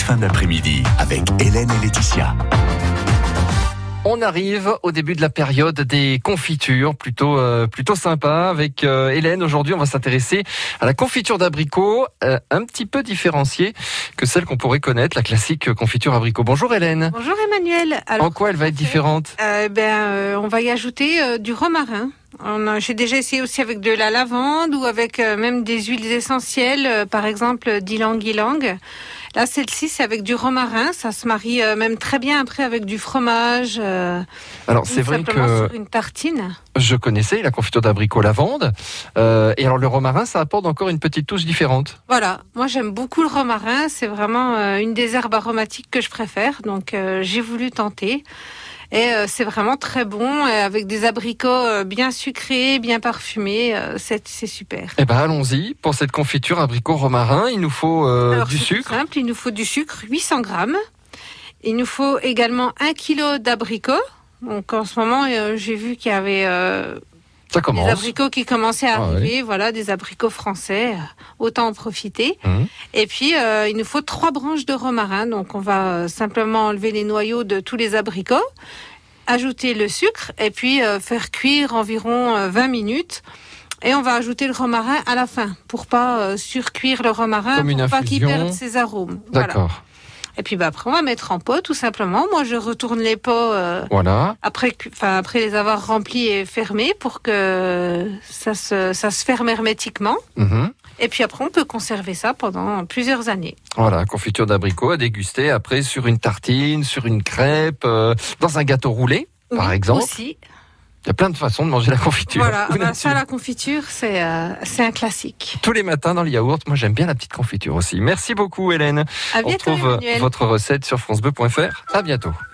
fin d'après-midi avec Hélène et Laetitia. On arrive au début de la période des confitures, plutôt sympa. Avec Hélène, aujourd'hui, on va s'intéresser à la confiture d'abricot, un petit peu différenciée que celle qu'on pourrait connaître, la classique confiture abricot. Bonjour Hélène. Bonjour Emmanuel. Alors, en quoi elle va être différente? On va y ajouter du romarin. J'ai déjà essayé aussi avec de la lavande ou avec même des huiles essentielles, par exemple d'ylang-ylang. Là, celle-ci, c'est avec du romarin. Ça se marie même très bien après avec du fromage. Alors, c'est vrai que sur une tartine. Je connaissais la confiture d'abricot lavande. Et alors, le romarin, ça apporte encore une petite touche différente. Voilà. Moi, j'aime beaucoup le romarin. C'est vraiment une des herbes aromatiques que je préfère. Donc, j'ai voulu tenter. Et c'est vraiment très bon, avec des abricots bien sucrés, bien parfumés, c'est super. Eh ben allons-y, pour cette confiture abricot romarin, il nous faut du sucre. C'est simple, il nous faut du sucre, 800 grammes. Il nous faut également 1 kilo d'abricots. Donc en ce moment, j'ai vu qu'il y avait des abricots qui commençaient à arriver, voilà, des abricots français, autant en profiter. Et puis, il nous faut 3 branches de romarin. Donc, on va simplement enlever les noyaux de tous les abricots, ajouter le sucre et puis faire cuire environ 20 minutes. Et on va ajouter le romarin à la fin pour pas surcuire le romarin, pour pas qu'il perde ses arômes. D'accord. Voilà. Et puis après, on va mettre en pot, tout simplement. Moi, je retourne les pots après les avoir remplis et fermés pour que ça se ferme hermétiquement. Et puis après, on peut conserver ça pendant plusieurs années. Voilà, confiture d'abricot à déguster après sur une tartine, sur une crêpe, dans un gâteau roulé, par exemple. Aussi. Il y a plein de façons de manger la confiture. Voilà, ça, la confiture, c'est un classique. Tous les matins dans le yaourt, moi j'aime bien la petite confiture aussi. Merci beaucoup Hélène. À bientôt, on retrouve Emmanuel. votre recette sur francebleu.fr. À bientôt.